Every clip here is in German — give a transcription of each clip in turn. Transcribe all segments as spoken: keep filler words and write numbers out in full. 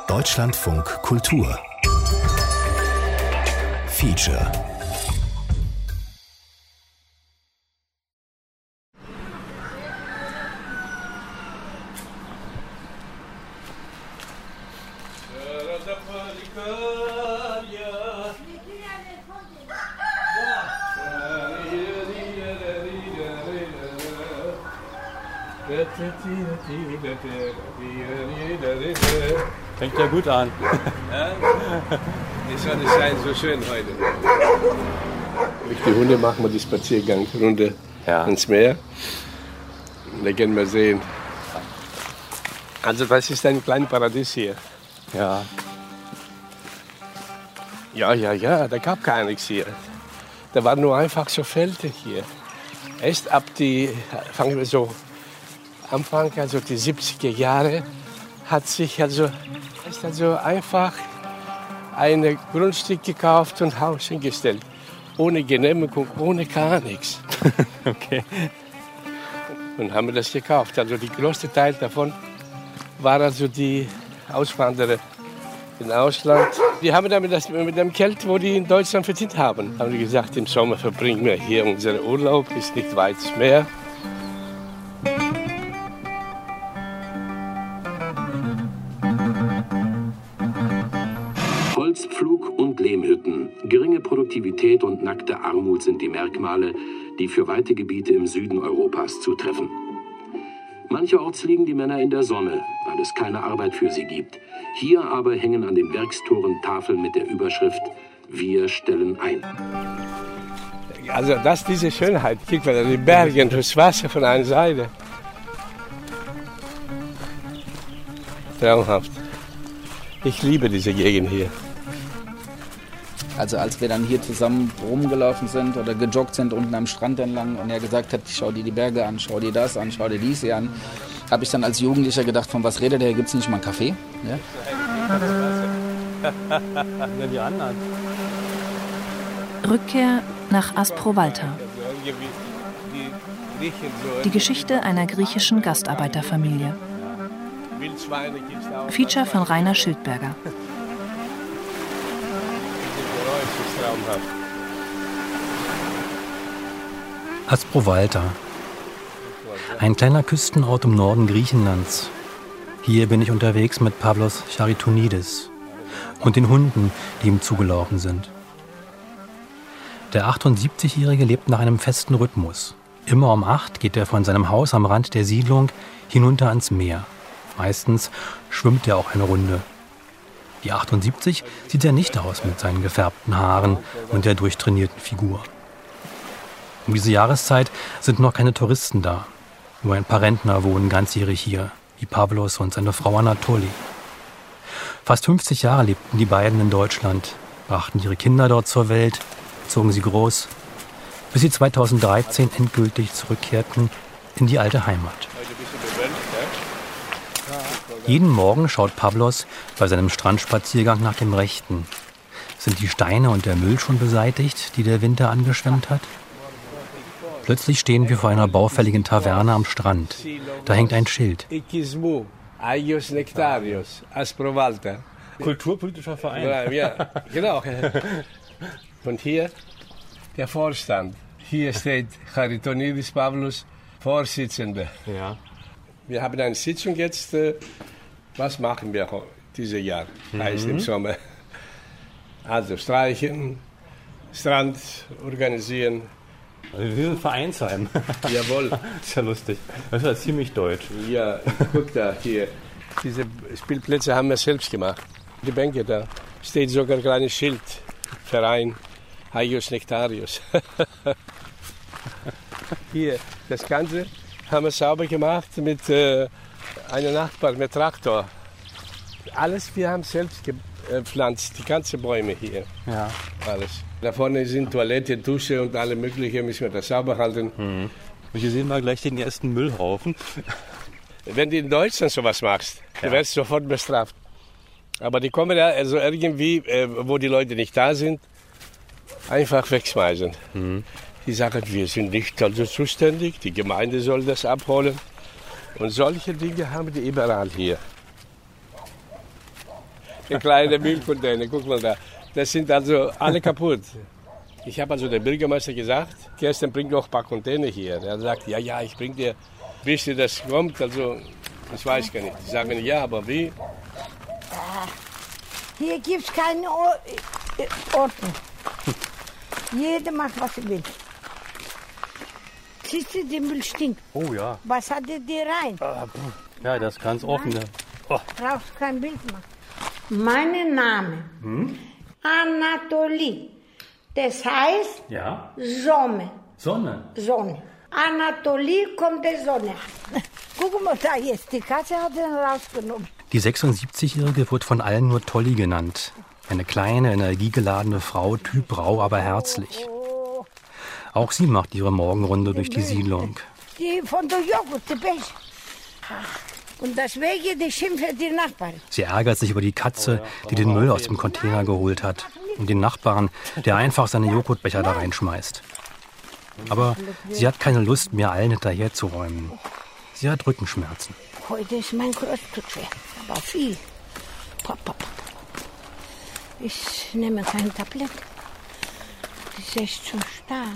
Deutschlandfunk Kultur Feature. Fängt ja gut an. Ja, die Sonne scheint so schön heute. Mit den Hunden machen wir die Spaziergangrunde Ja. ins Meer. Und da können wir sehen. Also das ist ein kleines Paradies hier. Ja. Ja, ja, ja, da gab gar nichts hier. Da waren nur einfach so Felder hier. Erst ab die, fangen wir so, Anfang, also die siebziger Jahre, hat sich also, ist also einfach ein Grundstück gekauft und Haus hingestellt. Ohne Genehmigung, ohne gar nichts. Okay. Und haben wir das gekauft. Also der größte Teil davon war also die Auswanderer im Ausland. Die haben damit das mit dem Geld, wo die in Deutschland verdient haben, haben die gesagt, im Sommer verbringen wir hier unseren Urlaub, ist nicht weit Meer. Holz, Pflug und Lehmhütten, geringe Produktivität und nackte Armut sind die Merkmale, die für weite Gebiete im Süden Europas zutreffen. Mancherorts liegen die Männer in der Sonne, weil es keine Arbeit für sie gibt. Hier aber hängen an den Werkstoren Tafeln mit der Überschrift „Wir stellen ein“. Also das ist diese Schönheit. Guck mal, die Berge und das Wasser von einer Seite. Traumhaft. Ich liebe diese Gegend hier. Also als wir dann hier zusammen rumgelaufen sind oder gejoggt sind unten am Strand entlang und er gesagt hat, schau dir die Berge an, schau dir das an, schau dir dies hier an, habe ich dann als Jugendlicher gedacht, von was redet der, gibt es nicht mal einen Kaffee? Ja? Ja, die anderen. Rückkehr nach Asprovalta. Die Geschichte einer griechischen Gastarbeiterfamilie. Feature von Rainer Schildberger. Asprovalta. Ein kleiner Küstenort im Norden Griechenlands. Hier bin ich unterwegs mit Pavlos Charitonidis und den Hunden, die ihm zugelaufen sind. Der achtundsiebzigjährige lebt nach einem festen Rhythmus. Immer um acht geht er von seinem Haus am Rand der Siedlung hinunter ans Meer. Meistens schwimmt er auch eine Runde. Wie achtundsiebzig sieht er nicht aus mit seinen gefärbten Haaren und der durchtrainierten Figur. Um diese Jahreszeit sind noch keine Touristen da. Nur ein paar Rentner wohnen ganzjährig hier, wie Pavlos und seine Frau Anatoli. Fast fünfzig Jahre lebten die beiden in Deutschland, brachten ihre Kinder dort zur Welt, zogen sie groß, bis sie zweitausenddreizehn endgültig zurückkehrten in die alte Heimat. Jeden Morgen schaut Pavlos bei seinem Strandspaziergang nach dem Rechten. Sind die Steine und der Müll schon beseitigt, die der Winter angeschwemmt hat? Plötzlich stehen wir vor einer baufälligen Taverne am Strand. Da hängt ein Schild. Agios Nectarios, Asprovalta. Kulturpolitischer Verein. Ja, genau. Und hier der Vorstand. Hier steht Charitonidis Pavlos, Vorsitzender. Ja. Wir haben eine Sitzung jetzt. Was machen wir dieses Jahr? Mhm. Heißt im Sommer. Also streichen, Strand organisieren. Also wir sind Vereinsheim. Jawohl. Ist ja lustig. Das ist ja ziemlich deutsch. Ja, guck da, hier. Diese Spielplätze haben wir selbst gemacht. Die Bänke da. Steht sogar ein kleines Schild. Verein Agios Nectarios. Hier, das Ganze haben wir sauber gemacht mit äh, einem Nachbar, mit Traktor. Alles, wir haben selbst gepflanzt, die ganzen Bäume hier. Ja. Alles. Da vorne sind Toilette, Dusche und alle möglichen, müssen wir das sauber halten. Mhm. Und hier sehen wir gleich den ersten Müllhaufen. Wenn du in Deutschland sowas machst, ja. du wirst sofort bestraft. Aber die kommen ja also irgendwie, äh, wo die Leute nicht da sind, einfach wegschmeißen. Mhm. Die sagen, wir sind nicht also zuständig, die Gemeinde soll das abholen. Und solche Dinge haben die überall hier. Eine kleine Müllcontainer, guck mal da. Das sind also alle kaputt. Ich habe also dem Bürgermeister gesagt, Kirsten bringt noch ein paar Container hier. Er sagt, ja, ja, ich bring dir, bis dir das kommt, also, das weiß ich gar nicht. Ich sage, ja, aber wie? Hier gibt es keine Ordnung. Jeder macht, was er will. Siehst du, der Müll stinkt. Oh ja. Was hat der dir rein? Ja, das ist ganz offen. Oh. Brauchst kein Bild machen. Mein Name, hm? Anatolie. Das heißt ja. Sonne. Sonne? Sonne. Anatolie kommt der Sonne. Guck mal, da jetzt, die Katze hat den rausgenommen. Die sechsundsiebzigjährige wird von allen nur Tolli genannt. Eine kleine, energiegeladene Frau, Typ rau, aber herzlich. Auch sie macht ihre Morgenrunde durch die Siedlung. Die von der Joghurt, die Beige. Und deswegen die schimpft die Nachbarin. Sie ärgert sich über die Katze, die den Müll aus dem Container geholt hat. Und den Nachbarn, der einfach seine Joghurtbecher da reinschmeißt. Aber sie hat keine Lust mehr, allen hinterherzuräumen. Sie hat Rückenschmerzen. Heute ist mein Kreuz zu schwer, aber viel. Ich nehme kein Tablett. Das ist echt zu stark.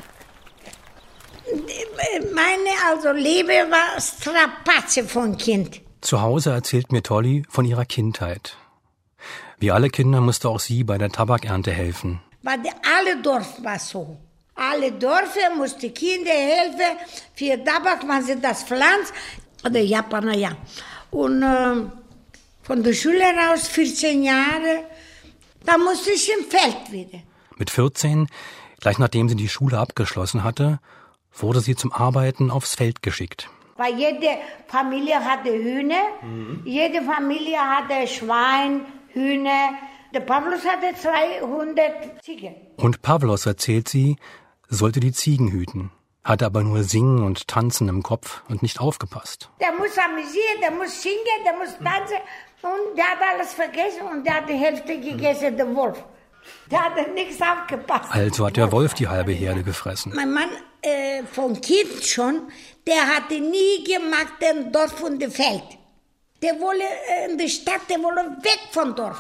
Meine also Liebe war Strapaze von Kind. Zu Hause erzählt mir Tolli von ihrer Kindheit. Wie alle Kinder musste auch sie bei der Tabakernte helfen. Bei alle Dorf war so. Alle Dörfer mussten Kinder helfen für Tabak, wenn sie das pflanzt. Oder Japaner, ja. Und äh, von der Schule raus, vierzehn Jahre, da musste ich im Feld wieder. Mit vierzehn, gleich nachdem sie die Schule abgeschlossen hatte, wurde sie zum Arbeiten aufs Feld geschickt. Weil jede Familie hatte Hühner, mhm. jede Familie hatte Schwein, Hühner. Der Pavlos hatte zweihundert Ziegen. Und Pavlos, erzählt sie, sollte die Ziegen hüten, hatte aber nur Singen und Tanzen im Kopf und nicht aufgepasst. Der muss amüsieren, der muss singen, der muss tanzen und der hat alles vergessen und der hat die Hälfte gegessen, der Wolf. Der hat nichts aufgepasst. Also hat der Wolf die halbe Herde gefressen. Mein Mann äh, von Kind schon, der hatte nie gemacht den Dorf und das Feld. Der wolle äh, in der Stadt, der wolle weg vom Dorf.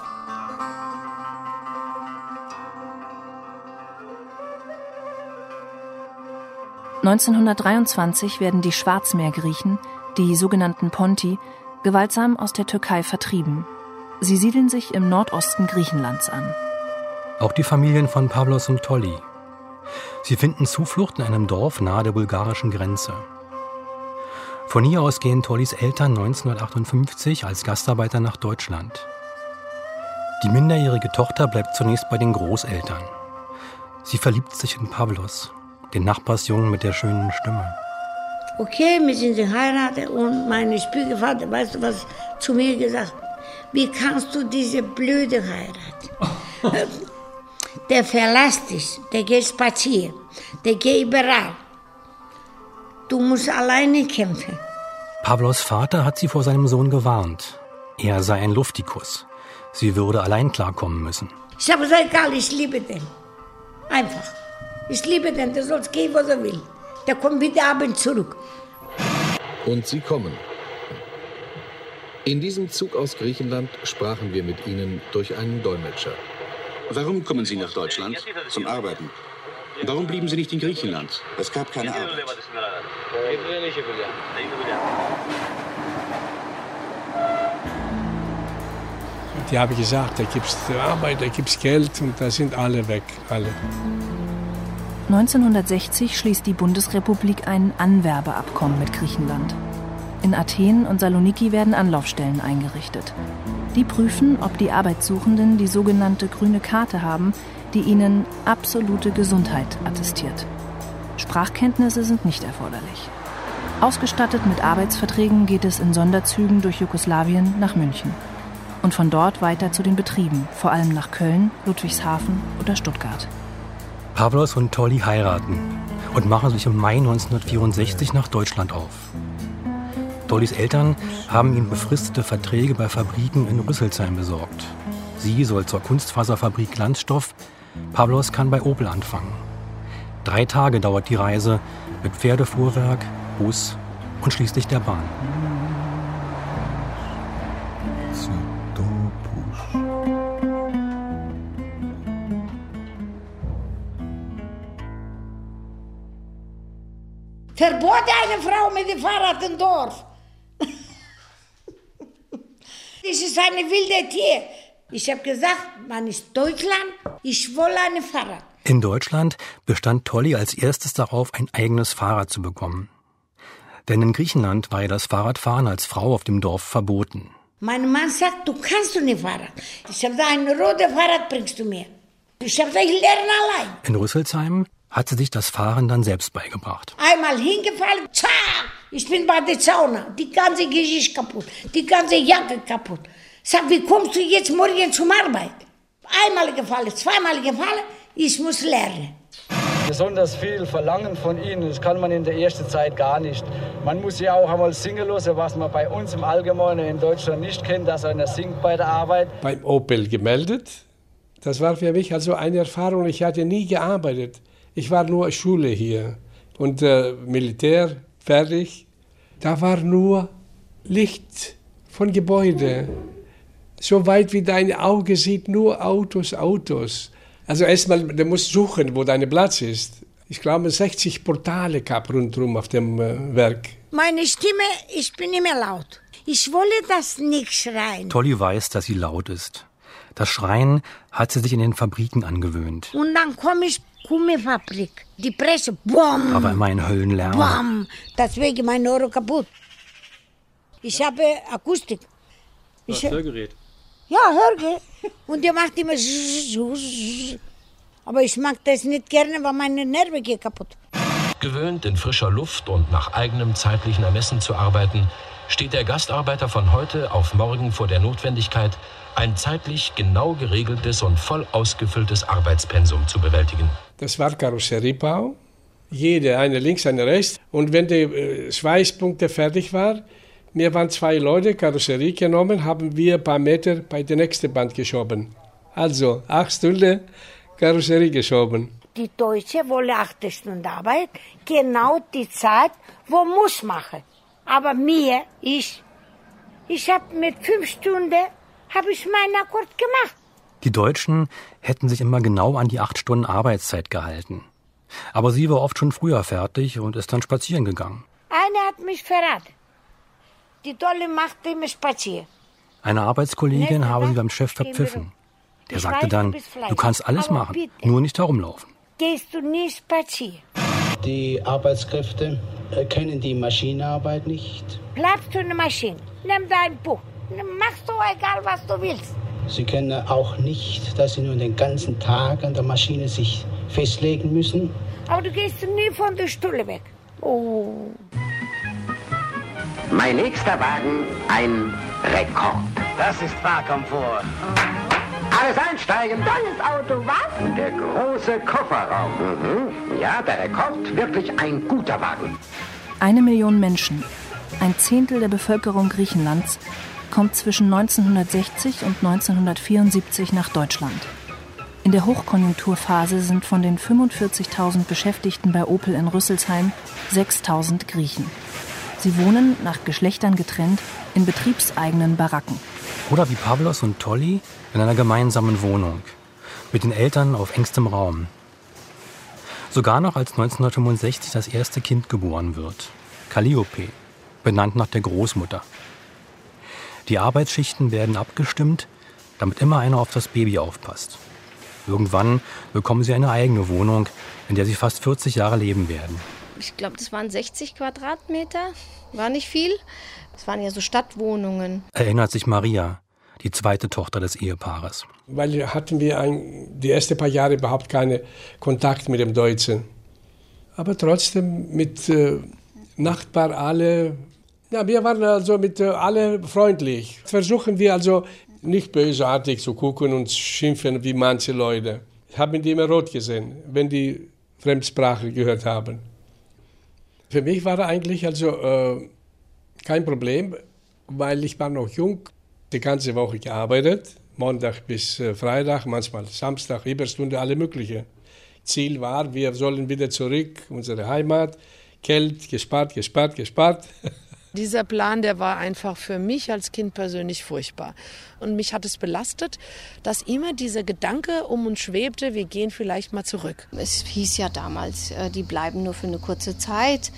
neunzehnhundertdreiundzwanzig werden die Schwarzmeergriechen, die sogenannten Ponti, gewaltsam aus der Türkei vertrieben. Sie siedeln sich im Nordosten Griechenlands an. Auch die Familien von Pavlos und Tolli. Sie finden Zuflucht in einem Dorf nahe der bulgarischen Grenze. Von hier aus gehen Tollis Eltern neunzehnhundertachtundfünfzig als Gastarbeiter nach Deutschland. Die minderjährige Tochter bleibt zunächst bei den Großeltern. Sie verliebt sich in Pavlos, den Nachbarsjungen mit der schönen Stimme. Okay, wir sind geheiratet und mein Schwiegervater, weißt du, was zu mir gesagt hat? Wie kannst du diese blöde heiraten? Der verlässt dich, der geht spazieren, der geht überall. Du musst alleine kämpfen. Pavlos Vater hat sie vor seinem Sohn gewarnt. Er sei ein Luftikus. Sie würde allein klarkommen müssen. Ich habe gesagt, egal, ich liebe den. Einfach. Ich liebe den, der soll gehen, was er will. Der kommt wieder abends zurück. Und sie kommen. In diesem Zug aus Griechenland sprachen wir mit ihnen durch einen Dolmetscher. Warum kommen Sie nach Deutschland? Zum Arbeiten. Warum blieben Sie nicht in Griechenland? Es gab keine Arbeit. Die haben gesagt, da gibt es Arbeit, da gibt es Geld und da sind alle weg, alle. neunzehnhundertsechzig schließt die Bundesrepublik ein Anwerbeabkommen mit Griechenland. In Athen und Saloniki werden Anlaufstellen eingerichtet. Die prüfen, ob die Arbeitssuchenden die sogenannte grüne Karte haben, die ihnen absolute Gesundheit attestiert. Sprachkenntnisse sind nicht erforderlich. Ausgestattet mit Arbeitsverträgen geht es in Sonderzügen durch Jugoslawien nach München. Und von dort weiter zu den Betrieben, vor allem nach Köln, Ludwigshafen oder Stuttgart. Pavlos und Tolli heiraten und machen sich im Mai neunzehnhundertvierundsechzig nach Deutschland auf. Tollis Eltern haben ihm befristete Verträge bei Fabriken in Rüsselsheim besorgt. Sie soll zur Kunstfaserfabrik Glanzstoff, Pavlos kann bei Opel anfangen. Drei Tage dauert die Reise mit Pferdefuhrwerk, Bus und schließlich der Bahn. Verbot eine Frau mit dem Fahrrad im Dorf. Das ist ein wildes Tier. Ich habe gesagt, man ist Deutschland, ich will ein Fahrrad. In Deutschland bestand Tolly als erstes darauf, ein eigenes Fahrrad zu bekommen. Denn in Griechenland war ja das Fahrradfahren als Frau auf dem Dorf verboten. Mein Mann sagt, du kannst du nicht Fahrrad. Ich habe gesagt, ein rotes Fahrrad bringst du mir. Ich habe gesagt, ich lerne allein. In Rüsselsheim hat sie sich das Fahren dann selbst beigebracht. Einmal hingefallen, zack, ich bin bei der Sauna. Die ganze Gesicht kaputt, die ganze Jacke kaputt. Sag, wie kommst du jetzt morgen zum Arbeit? Einmal gefallen, zweimal gefallen, ich muss lernen. Besonders viel verlangen von ihnen, das kann man in der ersten Zeit gar nicht. Man muss ja auch einmal singen lassen, was man bei uns im Allgemeinen in Deutschland nicht kennt, dass einer singt bei der Arbeit. Beim Opel gemeldet, das war für mich also eine Erfahrung, ich hatte nie gearbeitet. Ich war nur Schule hier und äh, Militär, fertig. Da war nur Licht von Gebäude. So weit wie dein Auge sieht, nur Autos, Autos. Also erstmal, du musst suchen, wo dein Platz ist. Ich glaube, sechzig Portale gab rundherum auf dem äh, Werk. Meine Stimme, ich bin immer laut. Ich wolle das nicht schreien. Tolly weiß, dass sie laut ist. Das Schreien hat sie sich in den Fabriken angewöhnt. Und dann komme ich Gummifabrik. Die Presse, bumm. Aber immer ein Höllenlärm. Bumm. Deswegen mein Ohr kaputt. Ich habe Akustik. Das Hörgerät. Ja, Hörgerät. Und der macht immer. Aber ich mag das nicht gerne, weil meine Nerven gehen kaputt. Gewöhnt, in frischer Luft und nach eigenem zeitlichen Ermessen zu arbeiten, steht der Gastarbeiter von heute auf morgen vor der Notwendigkeit, ein zeitlich genau geregeltes und voll ausgefülltes Arbeitspensum zu bewältigen. Das war Karosseriebau. Jede, eine links, eine rechts. Und wenn die äh, Schweißpunkte fertig waren, wir waren zwei Leute, Karosserie genommen, haben wir ein paar Meter bei der nächsten Band geschoben. Also acht Stunden Karosserie geschoben. Die Deutsche wollen acht Stunden Arbeit, genau die Zeit, wo muss machen. Aber mir, ich, ich habe mit fünf Stunden, habe ich meinen Akkord gemacht. Die Deutschen hätten sich immer genau an die acht Stunden Arbeitszeit gehalten. Aber sie war oft schon früher fertig und ist dann spazieren gegangen. Einer hat mich verraten. Die Tolle macht immer spazieren. Eine Arbeitskollegin nee, habe sie beim Chef verpfiffen. Der sagte dann, du kannst alles machen, bitte, nur nicht herumlaufen. Gehst du nicht spazieren? Die Arbeitskräfte kennen die Maschinenarbeit nicht. Bleibst du in der Maschine, nimm dein Buch, machst du egal, was du willst. Sie kennen auch nicht, dass sie nur den ganzen Tag an der Maschine sich festlegen müssen. Aber du gehst nie von der Stulle weg. Oh. Mein nächster Wagen, ein Rekord. Das ist Fahrkomfort. Alles einsteigen. Tolles Auto, was? Und der große Kofferraum. Mhm. Ja, der Rekord, wirklich ein guter Wagen. Eine Million Menschen, ein Zehntel der Bevölkerung Griechenlands, kommt zwischen neunzehnhundertsechzig und neunzehnhundertvierundsiebzig nach Deutschland. In der Hochkonjunkturphase sind von den fünfundvierzigtausend Beschäftigten bei Opel in Rüsselsheim sechstausend Griechen. Sie wohnen, nach Geschlechtern getrennt, in betriebseigenen Baracken. Oder wie Pavlos und Tolly in einer gemeinsamen Wohnung. Mit den Eltern auf engstem Raum. Sogar noch als neunzehnhundertfünfundsechzig das erste Kind geboren wird. Calliope, benannt nach der Großmutter. Die Arbeitsschichten werden abgestimmt, damit immer einer auf das Baby aufpasst. Irgendwann bekommen sie eine eigene Wohnung, in der sie fast vierzig Jahre leben werden. Ich glaube, das waren sechzig Quadratmeter, war nicht viel. Das waren ja so Stadtwohnungen. Erinnert sich Maria, die zweite Tochter des Ehepaares. Weil hatten wir ein, die ersten paar Jahre überhaupt keinen Kontakt mit dem Deutschen. Aber trotzdem mit äh, Nachbarn alle, ja, wir waren also mit äh, alle freundlich. Versuchen wir also nicht bösartig zu gucken und schimpfen wie manche Leute. Ich habe die immer rot gesehen, wenn die Fremdsprache gehört haben. Für mich war eigentlich also äh, kein Problem, weil ich war noch jung, die ganze Woche gearbeitet, Montag bis äh, Freitag, manchmal Samstag, Überstunde, alle mögliche. Ziel war, wir sollen wieder zurück, unsere Heimat, Geld gespart, gespart, gespart. Dieser Plan, der war einfach für mich als Kind persönlich furchtbar. Und mich hat es belastet, dass immer dieser Gedanke um uns schwebte, wir gehen vielleicht mal zurück. Es hieß ja damals, die bleiben nur für eine kurze Zeit.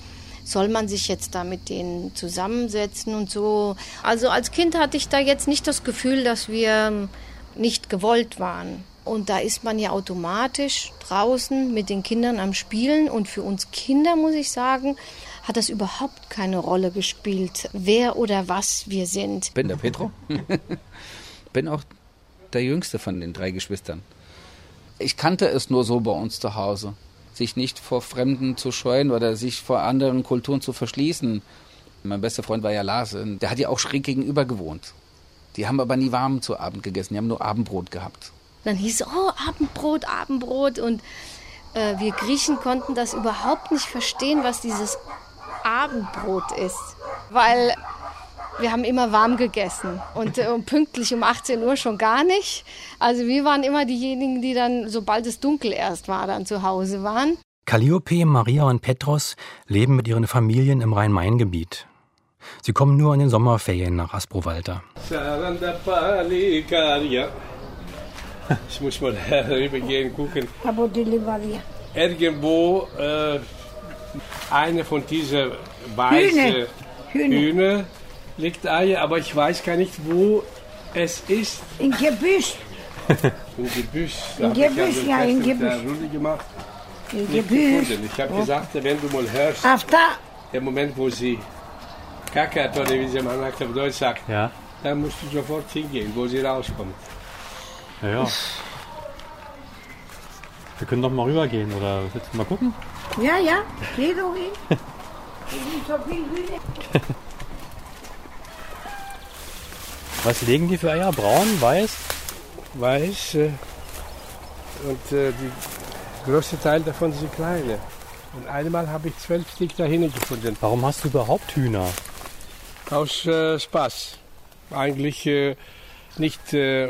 soll man sich jetzt da mit denen zusammensetzen und so. Also als Kind hatte ich da jetzt nicht das Gefühl, dass wir nicht gewollt waren. Und da ist man ja automatisch draußen mit den Kindern am Spielen. Und für uns Kinder, muss ich sagen, hat das überhaupt keine Rolle gespielt, wer oder was wir sind. Ich bin der Petro. Bin auch der Jüngste von den drei Geschwistern. Ich kannte es nur so bei uns zu Hause. Sich nicht vor Fremden zu scheuen oder sich vor anderen Kulturen zu verschließen. Mein bester Freund war ja Lars, der hat ja auch schräg gegenüber gewohnt. Die haben aber nie warm zu Abend gegessen, die haben nur Abendbrot gehabt. Dann hieß es, oh, Abendbrot, Abendbrot. Und äh, wir Griechen konnten das überhaupt nicht verstehen, was dieses Abendbrot ist. Weil wir haben immer warm gegessen und äh, pünktlich um achtzehn Uhr schon gar nicht. Also wir waren immer diejenigen, die dann, sobald es dunkel erst war, dann zu Hause waren. Calliope, Maria und Petros leben mit ihren Familien im Rhein-Main-Gebiet. Sie kommen nur in den Sommerferien nach Aspro-Walter. Ich muss mal rübergehen, gucken. Irgendwo äh, eine von diesen weißen Hühner. Hühner liegt Eier, aber ich weiß gar nicht, wo es ist. In Gebüsch. In Gebüsch. In Gebüsch, ja, in Gebüsch. Gemacht. In Gebüsch. Ich habe gesagt, wenn du mal hörst, der Moment, wo sie kackert, oder wie sie mal auf Deutsch sagt, ja. Dann musst du sofort hingehen, wo sie rauskommt. Ja, ja. Wir können doch mal rübergehen, oder willst du mal gucken? Ja, ja, geh doch hin. Es sind so viele Hühner. Was legen die für Eier? Braun, weiß? Weiß. Äh, und äh, der größte Teil davon sind kleine. Und einmal habe ich zwölf Stück dahin gefunden. Warum hast du überhaupt Hühner? Aus äh, Spaß. Eigentlich äh, nicht äh,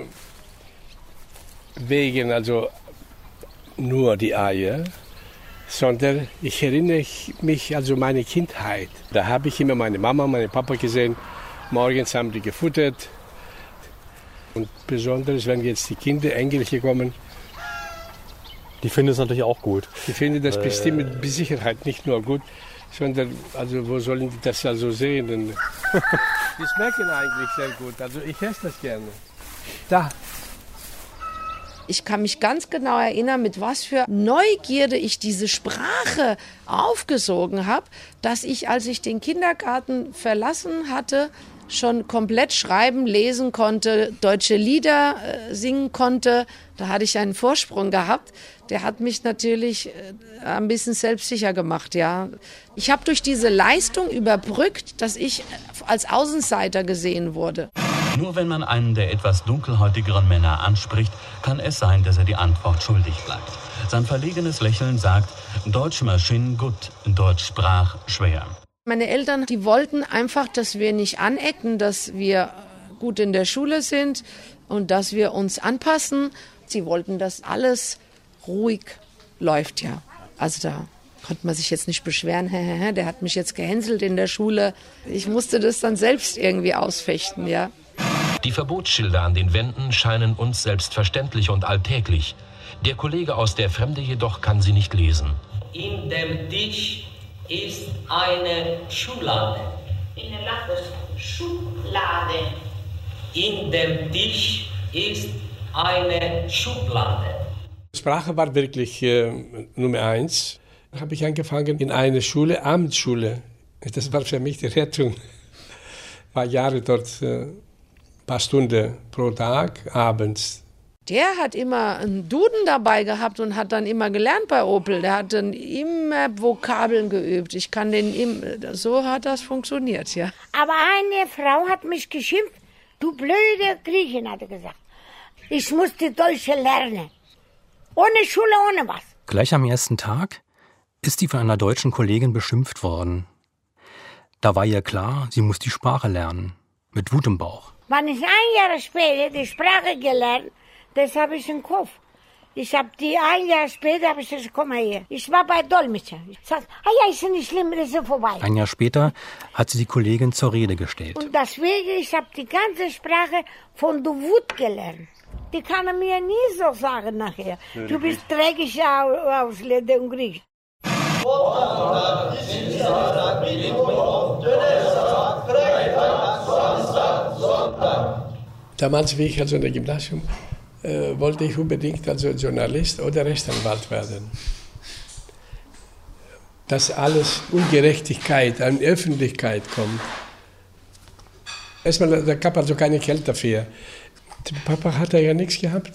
wegen, also nur die Eier, sondern ich erinnere mich also meine Kindheit. Da habe ich immer meine Mama, meinen Papa gesehen. Morgens haben die gefuttert. Und besonders, wenn jetzt die Kinder, Engelchen kommen. Die finden es natürlich auch gut. Die finden das äh, bestimmt mit Sicherheit nicht nur gut, sondern, also wo sollen die das also sehen? Die schmecken eigentlich sehr gut, also ich esse das gerne. Da. Ich kann mich ganz genau erinnern, mit was für Neugierde ich diese Sprache aufgesogen habe, dass ich, als ich den Kindergarten verlassen hatte, schon komplett schreiben, lesen konnte, deutsche Lieder äh, singen konnte. Da hatte ich einen Vorsprung gehabt. Der hat mich natürlich äh, ein bisschen selbstsicher gemacht, ja. Ich habe durch diese Leistung überbrückt, dass ich als Außenseiter gesehen wurde. Nur wenn man einen der etwas dunkelhäutigeren Männer anspricht, kann es sein, dass er die Antwort schuldig bleibt. Sein verlegenes Lächeln sagt, Deutsch Maschinen gut, Deutsch Sprach schwer. Meine Eltern, die wollten einfach, dass wir nicht anecken, dass wir gut in der Schule sind und dass wir uns anpassen. Sie wollten, dass alles ruhig läuft, ja. Also da konnte man sich jetzt nicht beschweren, der hat mich jetzt gehänselt in der Schule. Ich musste das dann selbst irgendwie ausfechten, ja. Die Verbotsschilder an den Wänden scheinen uns selbstverständlich und alltäglich. Der Kollege aus der Fremde jedoch kann sie nicht lesen. In dem Tisch ist eine Schublade. In der Schublade. In dem Tisch ist eine Schublade. Sprache war wirklich äh, Nummer eins. Da habe ich angefangen in einer Schule, Abendschule. Das war für mich die Rettung. Ich war Jahre dort, äh, ein paar Stunden pro Tag, abends. Der hat immer einen Duden dabei gehabt und hat dann immer gelernt bei Opel. Der hat dann immer Vokabeln geübt. Ich kann den immer, so hat das funktioniert, ja. Aber eine Frau hat mich geschimpft, du blöde Griechin, hat er gesagt. Ich musste Deutsch lernen. Ohne Schule, ohne was. Gleich am ersten Tag ist sie von einer deutschen Kollegin beschimpft worden. Da war ihr klar, sie muss die Sprache lernen. Mit Wut im Bauch. Wenn ich ein Jahr später die Sprache gelernt, das habe ich im Kopf. Ich habe die ein Jahr später, habe ich gesagt, komm mal her. Ich war bei Dolmetscher. Ich sage, ah ja, ist ja nicht schlimm, das ist ja vorbei. Ein Jahr später hat sie die Kollegin zur Rede gestellt. Und deswegen, ich habe die ganze Sprache von der Wut gelernt. Die kann mir nie so sagen nachher. Du bist dreckig aus Leder und Griech. Damals, wie ich also in der Gymnasium, äh, wollte ich unbedingt also Journalist oder Rechtsanwalt werden. Dass alles Ungerechtigkeit an Öffentlichkeit kommt. Erstmal, da gab also keine Geld dafür. Der Papa hatte ja nichts gehabt.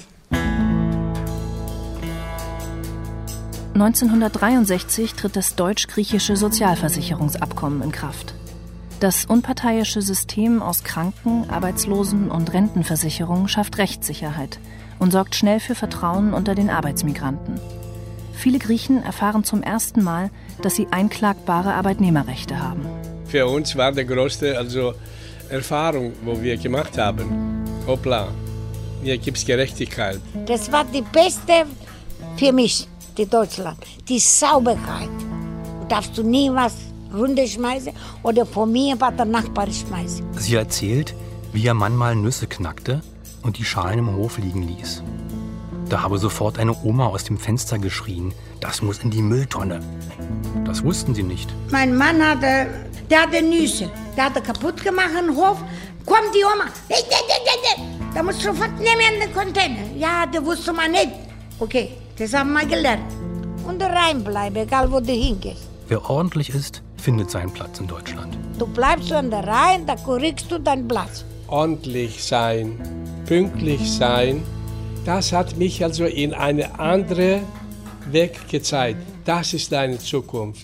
neunzehnhundertdreiundsechzig tritt das deutsch-griechische Sozialversicherungsabkommen in Kraft. Das unparteiische System aus Kranken-, Arbeitslosen- und Rentenversicherung schafft Rechtssicherheit und sorgt schnell für Vertrauen unter den Arbeitsmigranten. Viele Griechen erfahren zum ersten Mal, dass sie einklagbare Arbeitnehmerrechte haben. Für uns war die größte also Erfahrung, wo wir gemacht haben. Hoppla, hier gibt es Gerechtigkeit. Das war die beste für mich, die Deutschland. Die Sauberkeit. Du darfst du nie was runterschmeißen oder von mir bei der Nachbarin schmeißen. Sie erzählt, wie ihr Mann mal Nüsse knackte und die Schalen im Hof liegen ließ. Da habe sofort eine Oma aus dem Fenster geschrien, das muss in die Mülltonne. Das wussten sie nicht. Mein Mann hatte, der hatte Nüsse, der hatte kaputt gemacht im Hof. Kommt die Oma, da musst du sofort nehmen in den Container. Ja, das wusste man nicht. Okay, das haben wir gelernt. Und reinbleiben, egal wo du hingehst. Wer ordentlich ist, findet seinen Platz in Deutschland. Du bleibst so in der Reihe, da kriegst du deinen Platz. Ordentlich sein, pünktlich sein, das hat mich also in eine andere Weg gezeigt. Das ist deine Zukunft.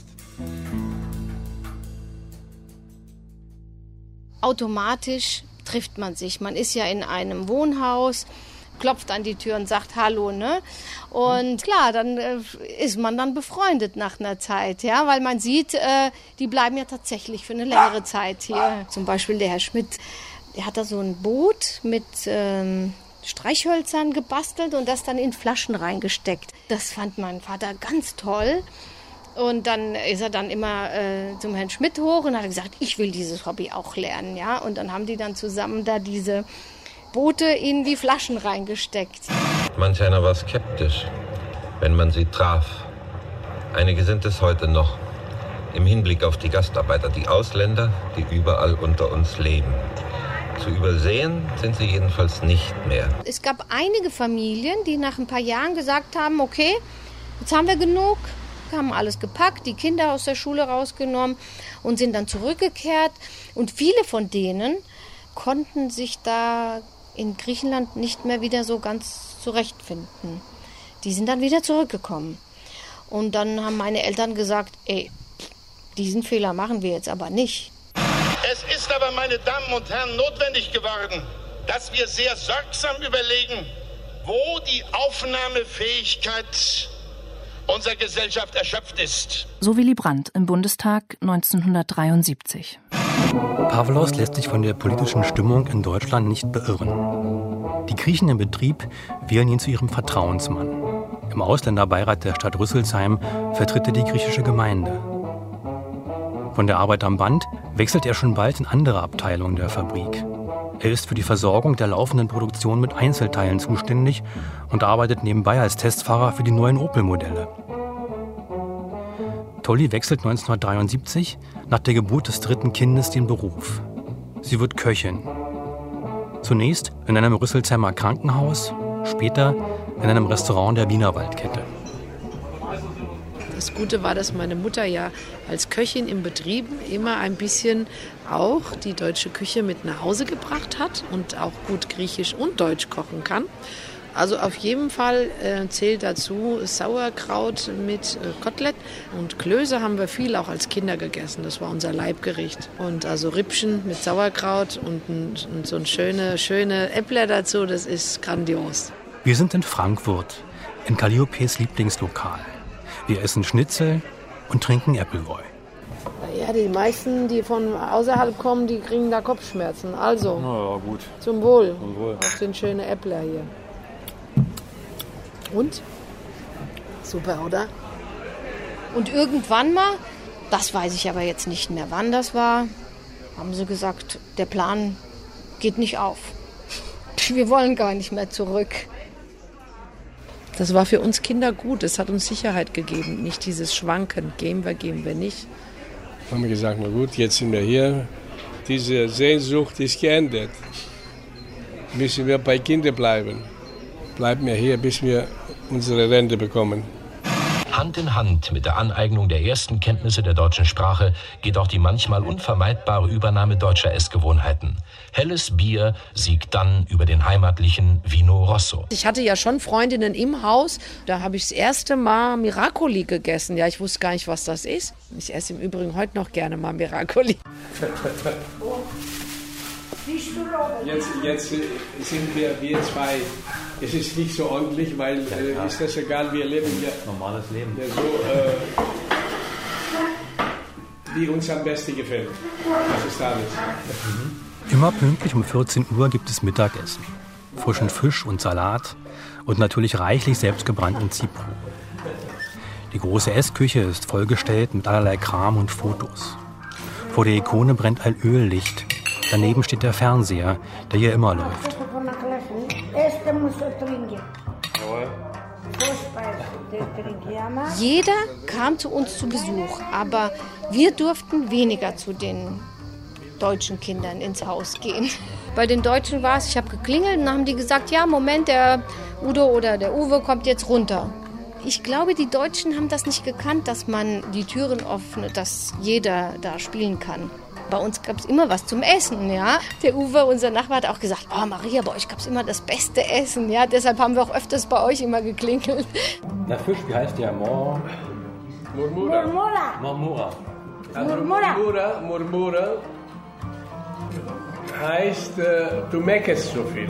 Automatisch trifft man sich. Man ist ja in einem Wohnhaus, klopft an die Tür und sagt Hallo, ne? Und klar, dann äh, ist man dann befreundet nach einer Zeit, ja, weil man sieht, äh, die bleiben ja tatsächlich für eine längere Zeit hier. Zum Beispiel der Herr Schmidt, der hat da so ein Boot mit ähm, Streichhölzern gebastelt und das dann in Flaschen reingesteckt. Das fand mein Vater ganz toll. Und dann ist er dann immer äh, zum Herrn Schmidt hoch und hat gesagt, ich will dieses Hobby auch lernen, ja. Und dann haben die dann zusammen da diese Boote in die Flaschen reingesteckt. Manch einer war skeptisch, wenn man sie traf. Einige sind es heute noch, im Hinblick auf die Gastarbeiter, die Ausländer, die überall unter uns leben. Zu übersehen sind sie jedenfalls nicht mehr. Es gab einige Familien, die nach ein paar Jahren gesagt haben, okay, jetzt haben wir genug, haben alles gepackt, die Kinder aus der Schule rausgenommen und sind dann zurückgekehrt. Und viele von denen konnten sich da in Griechenland nicht mehr wieder so ganz zurechtfinden. Die sind dann wieder zurückgekommen. Und dann haben meine Eltern gesagt, ey, diesen Fehler machen wir jetzt aber nicht. Es ist aber, meine Damen und Herren, notwendig geworden, dass wir sehr sorgsam überlegen, wo die Aufnahmefähigkeit unserer Gesellschaft erschöpft ist. So Willy Brandt im Bundestag neunzehnhundertdreiundsiebzig. Pavlos lässt sich von der politischen Stimmung in Deutschland nicht beirren. Die Griechen im Betrieb wählen ihn zu ihrem Vertrauensmann. Im Ausländerbeirat der Stadt Rüsselsheim vertritt er die griechische Gemeinde. Von der Arbeit am Band wechselt er schon bald in andere Abteilungen der Fabrik. Er ist für die Versorgung der laufenden Produktion mit Einzelteilen zuständig und arbeitet nebenbei als Testfahrer für die neuen Opel-Modelle. Tolly wechselt neunzehnhundertdreiundsiebzig nach der Geburt des dritten Kindes den Beruf. Sie wird Köchin. Zunächst in einem Rüsselsheimer Krankenhaus, später in einem Restaurant der Wienerwaldkette. Das Gute war, dass meine Mutter ja als Köchin im Betrieb immer ein bisschen auch die deutsche Küche mit nach Hause gebracht hat und auch gut Griechisch und Deutsch kochen kann. Also auf jeden Fall äh, zählt dazu Sauerkraut mit äh, Kotelett und Klöße haben wir viel auch als Kinder gegessen. Das war unser Leibgericht. Und also Rippchen mit Sauerkraut und, ein, und so ein schöne, schöne Äppler dazu, das ist grandios. Wir sind in Frankfurt, in Kalliopes Lieblingslokal. Wir essen Schnitzel und trinken Appleboy. Ja, die meisten, die von außerhalb kommen, die kriegen da Kopfschmerzen. Also, Na ja, gut. Zum Wohl. Zum Wohl. Auf den schönen Äppler hier. Und? Super, oder? Und irgendwann mal, das weiß ich aber jetzt nicht mehr, wann das war, haben sie gesagt, der Plan geht nicht auf. Wir wollen gar nicht mehr zurück. Das war für uns Kinder gut, es hat uns Sicherheit gegeben, nicht dieses Schwanken, gehen wir, gehen wir nicht. Haben wir gesagt, na gut, jetzt sind wir hier, diese Sehnsucht ist geendet. Müssen wir bei Kindern bleiben. Bleiben wir hier, bis wir unsere Rente bekommen. Hand in Hand mit der Aneignung der ersten Kenntnisse der deutschen Sprache geht auch die manchmal unvermeidbare Übernahme deutscher Essgewohnheiten. Helles Bier siegt dann über den heimatlichen Vino Rosso. Ich hatte ja schon Freundinnen im Haus, da habe ich das erste Mal Miracoli gegessen. Ja, ich wusste gar nicht, was das ist. Ich esse im Übrigen heute noch gerne mal Miracoli. Jetzt, jetzt sind wir, wir zwei. Es ist nicht so ordentlich, weil ja, äh, ist das egal, wir leben ja normales Leben, ja, so, äh, wie uns am besten gefällt. Das ist alles. Mhm. Immer pünktlich um vierzehn Uhr gibt es Mittagessen. Frischen Fisch und Salat und natürlich reichlich selbstgebrannten Zippo. Die große Essküche ist vollgestellt mit allerlei Kram und Fotos. Vor der Ikone brennt ein Öllicht. Daneben steht der Fernseher, der hier immer läuft. Jeder kam zu uns zu Besuch, aber wir durften weniger zu den deutschen Kindern ins Haus gehen. Bei den Deutschen war es, ich habe geklingelt und dann haben die gesagt, ja, Moment, der Udo oder der Uwe kommt jetzt runter. Ich glaube, die Deutschen haben das nicht gekannt, dass man die Türen öffnet, dass jeder da spielen kann. Bei uns gab es immer was zum Essen, ja. Der Uwe, unser Nachbar, hat auch gesagt, oh Maria, bei euch gab es immer das beste Essen, ja. Deshalb haben wir auch öfters bei euch immer geklingelt. Der Fisch, wie heißt der? Mor... Murmura. Murmura. Murmura. Also Murmura, Murmura heißt, äh, du meckerst so viel.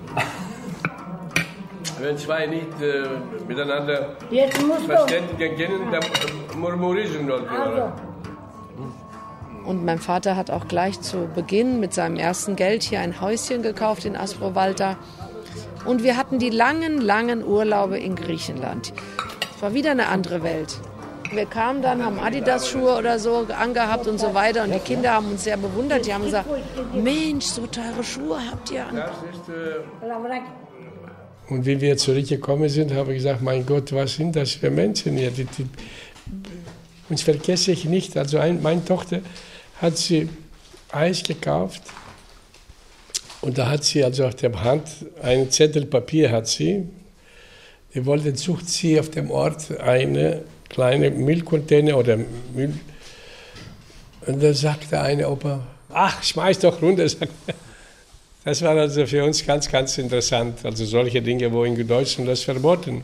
Wenn zwei nicht äh, miteinander verständigen können, dann murmurieren nur. Also. Und mein Vater hat auch gleich zu Beginn mit seinem ersten Geld hier ein Häuschen gekauft in Aspro-Valta. Und wir hatten die langen, langen Urlaube in Griechenland. Es war wieder eine andere Welt. Wir kamen dann, haben Adidas-Schuhe oder so angehabt und so weiter. Und die Kinder haben uns sehr bewundert. Die haben gesagt, Mensch, so teure Schuhe habt ihr an. Das ist, äh und wie wir zurückgekommen sind, habe ich gesagt, mein Gott, was sind das für Menschen hier? Die, die, uns vergesse ich nicht. Also ein, meine Tochter hat sie Eis gekauft und da hat sie also auf der Hand einen Zettel Papier hat sie. Die wollte, sucht sie auf dem Ort eine kleine Müllcontainer oder Müll. Und da sagte eine Opa, ach, schmeiß doch runter. Das war also für uns ganz, ganz interessant. Also solche Dinge, wo in Deutschland das verboten.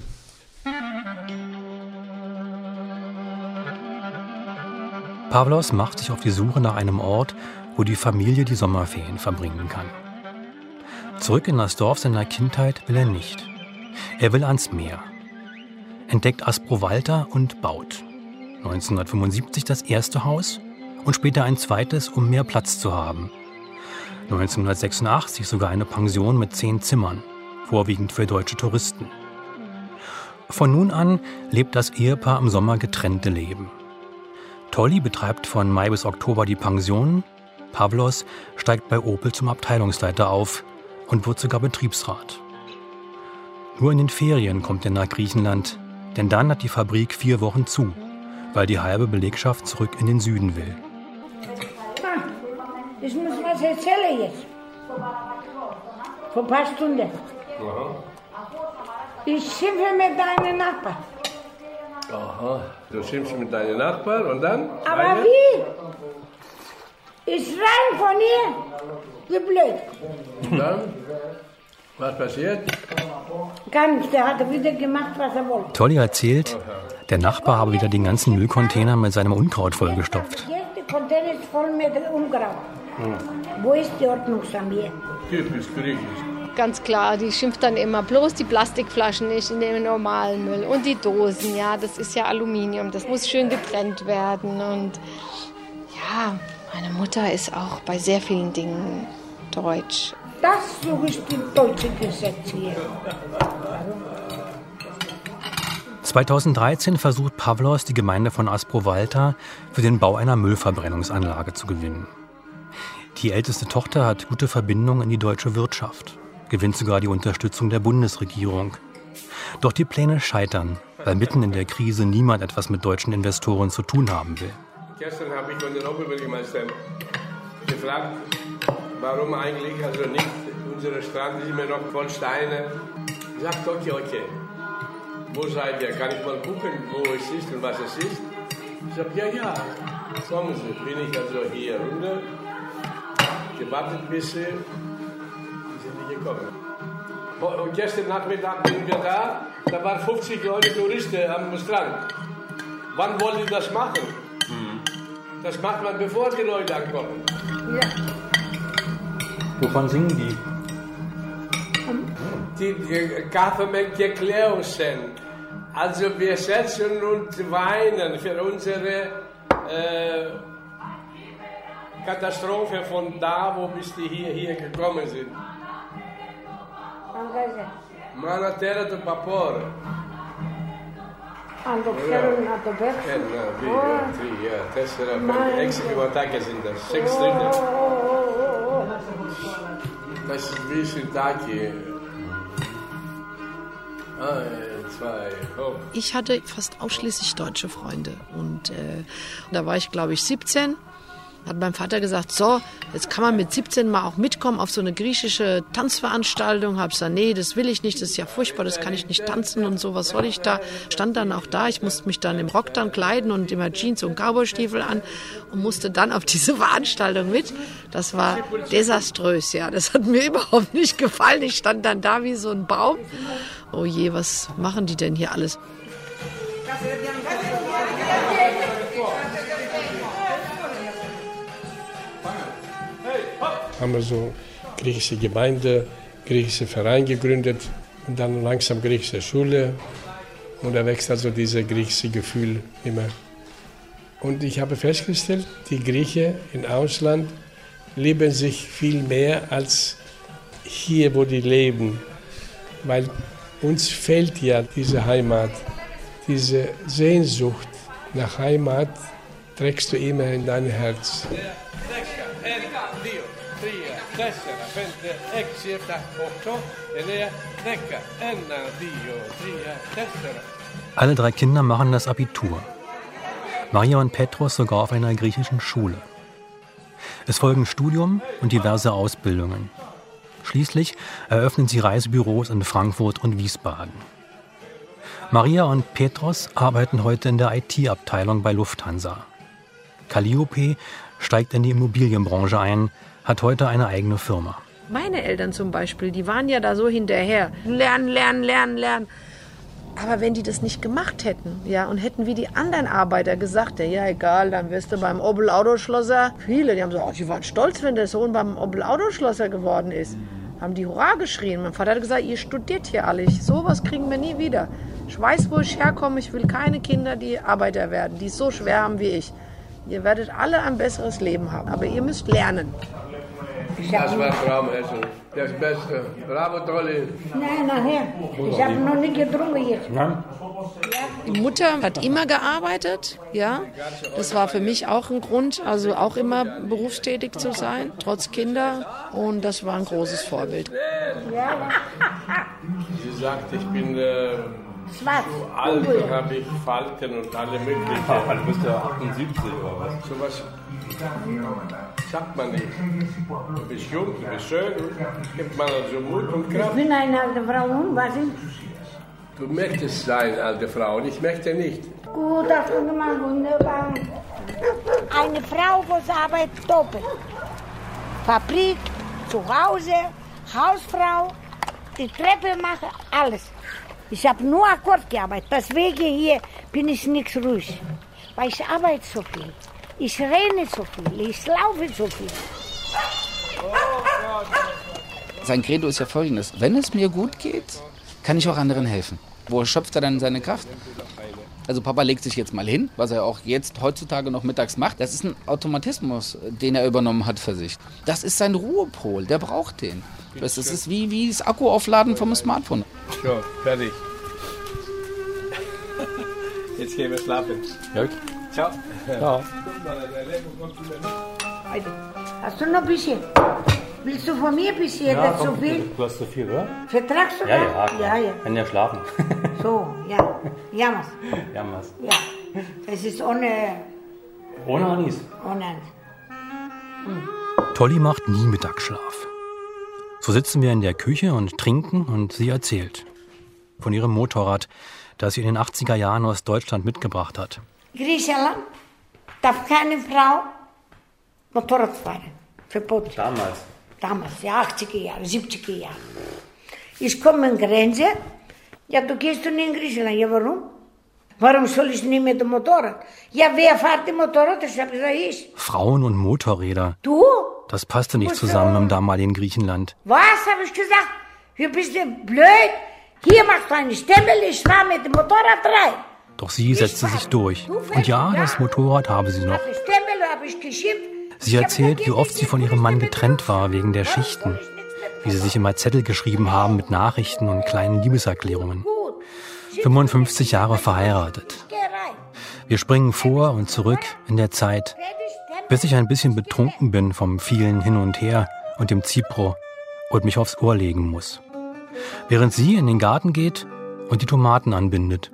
Pavlos macht sich auf die Suche nach einem Ort, wo die Familie die Sommerferien verbringen kann. Zurück in das Dorf seiner Kindheit will er nicht. Er will ans Meer. Entdeckt Aspro-Valta und baut. neunzehnhundertfünfundsiebzig das erste Haus und später ein zweites, um mehr Platz zu haben. neunzehnhundertsechsundachtzig sogar eine Pension mit zehn Zimmern, vorwiegend für deutsche Touristen. Von nun an lebt das Ehepaar im Sommer getrennte Leben. Tolly betreibt von Mai bis Oktober die Pension, Pavlos steigt bei Opel zum Abteilungsleiter auf und wird sogar Betriebsrat. Nur in den Ferien kommt er nach Griechenland, denn dann hat die Fabrik vier Wochen zu, weil die halbe Belegschaft zurück in den Süden will. Ich muss was erzählen jetzt. Vor ein paar Stunden. Ich schimpfe mit deinem Nachbarn. Aha, du schimpfst mit deinem Nachbarn und dann? Aber Meine? wie? Ich schreie von ihr. Wie blöd. Und dann? Was passiert? Gar nichts, der hat wieder gemacht, was er wollte. Tolly erzählt, der Nachbar habe wieder den ganzen Müllcontainer mit seinem Unkraut vollgestopft. Der Container ist voll mit Unkraut. Hm. Wo ist die Ordnung, Samir? Typisch griechisch. Ganz klar, die schimpft dann immer, bloß die Plastikflaschen nicht in den normalen Müll. Und die Dosen, ja, das ist ja Aluminium, das muss schön getrennt werden. Und ja, meine Mutter ist auch bei sehr vielen Dingen deutsch. Das so ist die deutsche Gesetz hier. zweitausenddreizehn versucht Pavlos, die Gemeinde von Aspro-Valta für den Bau einer Müllverbrennungsanlage zu gewinnen. Die älteste Tochter hat gute Verbindungen in die deutsche Wirtschaft, gewinnt sogar die Unterstützung der Bundesregierung. Doch die Pläne scheitern, weil mitten in der Krise niemand etwas mit deutschen Investoren zu tun haben will. Gestern habe ich von den Oberbürgermeister gefragt, warum eigentlich also nicht unser Strand ist immer noch voll Steine. Sagt, okay, okay. Wo seid ihr? Kann ich mal gucken, wo es ist und was es ist? Ich sage, ja, ja, kommen Sie. Bin ich also hier runter, gewartet ein bisschen, sind nicht gekommen. Und gestern Nachmittag sind wir da, da waren fünfzig Leute Touristen am Strand. Wann wollen Sie das machen? Das macht man, bevor die Leute ankommen. Ja. Wovon singen die? Die, die Government-Erklärung sind. Also wir setzen und weinen für unsere äh, Katastrophe von da, wo bis die hier, hier gekommen sind. Mana terra do papor. Ando quero na do berço. É, não, vi, tri, ja, tessera, ex-Kiwatake sind das, sechs Rinder. Das ist wie Shiitake. Ein, zwei, hopp. Ich hatte fast ausschließlich deutsche Freunde und äh, da war ich, glaube ich, siebzehn. Hat mein Vater gesagt, so, jetzt kann man mit siebzehn mal auch mitkommen auf so eine griechische Tanzveranstaltung. Hab gesagt, nee, das will ich nicht, das ist ja furchtbar, das kann ich nicht tanzen und so, was soll ich da? Stand dann auch da, ich musste mich dann im Rock dann kleiden und immer Jeans und Cowboystiefel an und musste dann auf diese Veranstaltung mit. Das war desaströs, ja, das hat mir überhaupt nicht gefallen. Ich stand dann da wie so ein Baum. Oh je, was machen die denn hier alles? Haben wir so griechische Gemeinde, griechische Verein gegründet und dann langsam griechische Schule. Und da wächst also dieses griechische Gefühl immer. Und ich habe festgestellt, die Griechen im Ausland lieben sich viel mehr als hier, wo die leben. Weil uns fehlt ja diese Heimat, diese Sehnsucht nach Heimat trägst du immer in dein Herz. Alle drei Kinder machen das Abitur. Maria und Petros sogar auf einer griechischen Schule. Es folgen Studium und diverse Ausbildungen. Schließlich eröffnen sie Reisebüros in Frankfurt und Wiesbaden. Maria und Petros arbeiten heute in der I T-Abteilung bei Lufthansa. Calliope steigt in die Immobilienbranche ein, hat heute eine eigene Firma. Meine Eltern zum Beispiel, die waren ja da so hinterher. Lernen, lernen, lernen, lernen. Aber wenn die das nicht gemacht hätten, ja, und hätten wie die anderen Arbeiter gesagt, ja, egal, dann wirst du beim Opel Autoschlosser. Viele, die haben so, oh, die waren stolz, wenn der Sohn beim Opel Autoschlosser geworden ist. Haben die Hurra geschrien. Mein Vater hat gesagt, ihr studiert hier alle. Sowas kriegen wir nie wieder. Ich weiß, wo ich herkomme. Ich will keine Kinder, die Arbeiter werden, die es so schwer haben wie ich. Ihr werdet alle ein besseres Leben haben, aber ihr müsst lernen. Das war Traumessen. Das Beste. Bravo, Dolly. Nein, nachher. Ich habe noch nicht getrunken jetzt. Nein? Die Mutter hat immer gearbeitet, ja. Das war für mich auch ein Grund, also auch immer berufstätig zu sein, trotz Kinder. Und das war ein großes Vorbild. Sie sagt, ich bin äh, Schwarz. so alt und habe ich Falten und alle möglichen. Ja, du bist ja achtundsiebzig oder was? So was sagt man nicht. Du bist jung, du bist schön, gibt man also Mut und Kraft. Ich bin eine alte Frau und was ist? Du möchtest sein, alte Frau, und ich möchte nicht. Gut, das ist immer wunderbar. Eine Frau, die arbeitet doppelt. Fabrik, zu Hause, Hausfrau, die Treppe mache, alles. Ich habe nur Akkord gearbeitet, deswegen hier bin ich nicht ruhig. Weil ich arbeite so viel. Ich renne so viel, ich laufe so viel. Sein Credo ist ja folgendes: Wenn es mir gut geht, kann ich auch anderen helfen. Wo schöpft er dann seine Kraft? Also Papa legt sich jetzt mal hin, was er auch jetzt heutzutage noch mittags macht. Das ist ein Automatismus, den er übernommen hat für sich. Das ist sein Ruhepol, der braucht den. Das ist wie, wie das Akkuaufladen vom Smartphone. So, fertig. Jetzt gehen wir schlafen. Ja. Ciao. Ciao. Hast du noch ein bisschen? Willst du von mir bis hier Ja, zu komm, viel? Du hast zu viel, oder? Vertragst du Ja, das? ja, klar. Ja, ja. Kann ja schlafen. So, ja. Jammers. Jammers. Ja. Es ist ohne... Ohne Anis. Ohne Anis. Hm. Tolly macht nie Mittagsschlaf. So sitzen wir in der Küche und trinken und sie erzählt von ihrem Motorrad, das sie in den achtziger Jahren aus Deutschland mitgebracht hat. Griechenland darf keine Frau Motorrad fahren. Verboten. Damals? Damals, ja, achtziger Jahre, siebziger Jahre. Ich komme an die Grenze. Ja, du gehst nicht in Griechenland. Ja, warum? Warum soll ich nicht mit dem Motorrad? Ja, wer fährt das Motorrad? Ich habe gesagt, ich. Frauen und Motorräder. Du? Das passte nicht zusammen im damaligen Griechenland. Was habe ich gesagt? Du bist ja blöd. Hier machst du einen Stempel, ich fahre mit dem Motorrad rein. Doch sie setzte sich durch. Und ja, das Motorrad habe sie noch. Den Stempel habe ich geschimpft. Sie erzählt, wie oft sie von ihrem Mann getrennt war wegen der Schichten. Wie sie sich immer Zettel geschrieben haben mit Nachrichten und kleinen Liebeserklärungen. fünfundfünfzig Jahre verheiratet. Wir springen vor und zurück in der Zeit, bis ich ein bisschen betrunken bin vom vielen Hin und Her und dem Zipro und mich aufs Ohr legen muss. Während sie in den Garten geht und die Tomaten anbindet.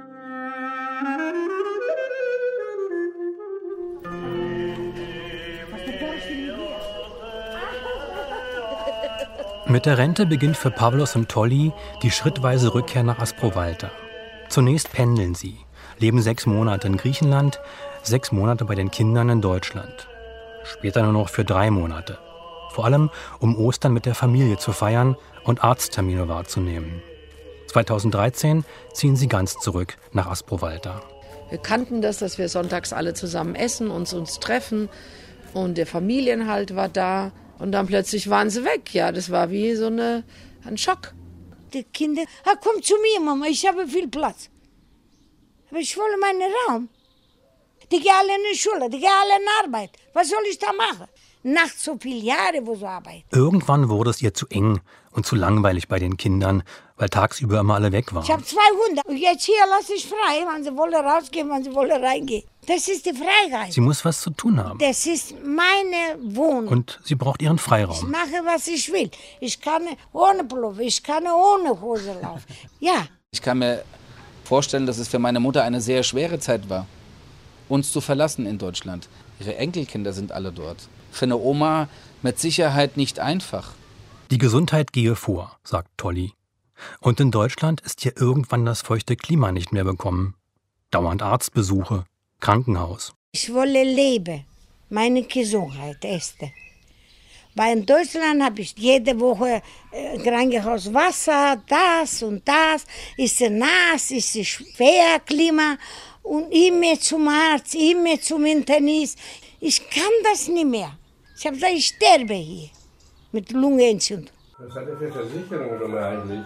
Mit der Rente beginnt für Pavlos und Tolly die schrittweise Rückkehr nach Asproválta. Zunächst pendeln sie, leben sechs Monate in Griechenland, sechs Monate bei den Kindern in Deutschland. Später nur noch für drei Monate. Vor allem, um Ostern mit der Familie zu feiern und Arzttermine wahrzunehmen. zweitausenddreizehn ziehen sie ganz zurück nach Asproválta. Wir kannten das, dass wir sonntags alle zusammen essen und uns treffen. Und der Familienhalt war da. Und dann plötzlich waren sie weg. Ja, das war wie so eine, ein Schock. Die Kinder, ah, komm zu mir, Mama, ich habe viel Platz. Aber ich will meinen Raum. Die gehen alle in die Schule, die gehen alle in Arbeit. Was soll ich da machen? Nach so vielen Jahren, wo sie arbeiten. Irgendwann wurde es ihr zu eng und zu langweilig bei den Kindern, weil tagsüber immer alle weg waren. Ich habe zwei Hunde. Und jetzt hier lasse ich frei, wenn sie wollen rausgehen, wenn sie wollen reingehen. Das ist die Freiheit. Sie muss was zu tun haben. Das ist meine Wohnung. Und sie braucht ihren Freiraum. Ich mache, was ich will. Ich kann ohne Pullover, ich kann ohne Hose laufen. Ja. Ich kann mir vorstellen, dass es für meine Mutter eine sehr schwere Zeit war, uns zu verlassen in Deutschland. Ihre Enkelkinder sind alle dort. Für eine Oma mit Sicherheit nicht einfach. Die Gesundheit gehe vor, sagt Tolly. Und in Deutschland ist ihr irgendwann das feuchte Klima nicht mehr bekommen. Dauernd Arztbesuche, Krankenhaus. Ich wolle leben, meine Gesundheit erste. Weil in Deutschland habe ich jede Woche äh, Krankenhaus Wasser, das und das. Ist es nass, ist es schwer Klima und immer zum Arzt, immer zum Internist. Ich kann das nicht mehr. Ich habe gesagt, ich sterbe hier mit Lungenentzündung. Was hat er für Versicherungen eigentlich?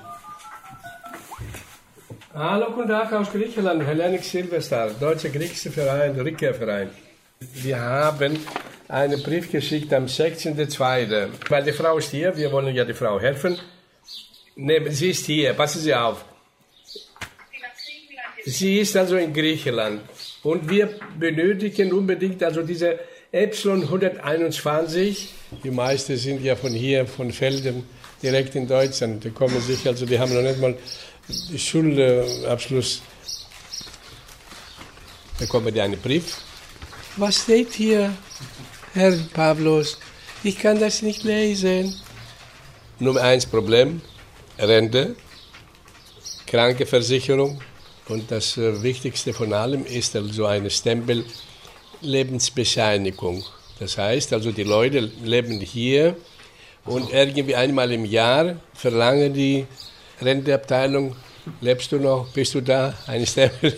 Hallo, guten Tag aus Griechenland, Hellenic Silverstar, Deutscher Griechischer Verein, Rückkehrverein. Wir haben einen Brief geschickt am sechzehnten zweiten Weil die Frau ist hier, wir wollen ja die Frau helfen. Nee, sie ist hier, passen Sie auf. Sie ist also in Griechenland und wir benötigen unbedingt also diese Epsilon hunderteinundzwanzig. Die meisten sind ja von hier, von Felden, direkt in Deutschland. Die kommen sich, also die haben noch nicht mal Schulabschluss. Da kommt ja ein Brief. Was steht hier, Herr Pavlos? Ich kann das nicht lesen. Nummer eins Problem, Rente, Krankenversicherung und das Wichtigste von allem ist also eine Stempel Lebensbescheinigung. Das heißt also, die Leute leben hier und irgendwie einmal im Jahr verlangen die Renteabteilung, lebst du noch, bist du da, eine Stempel.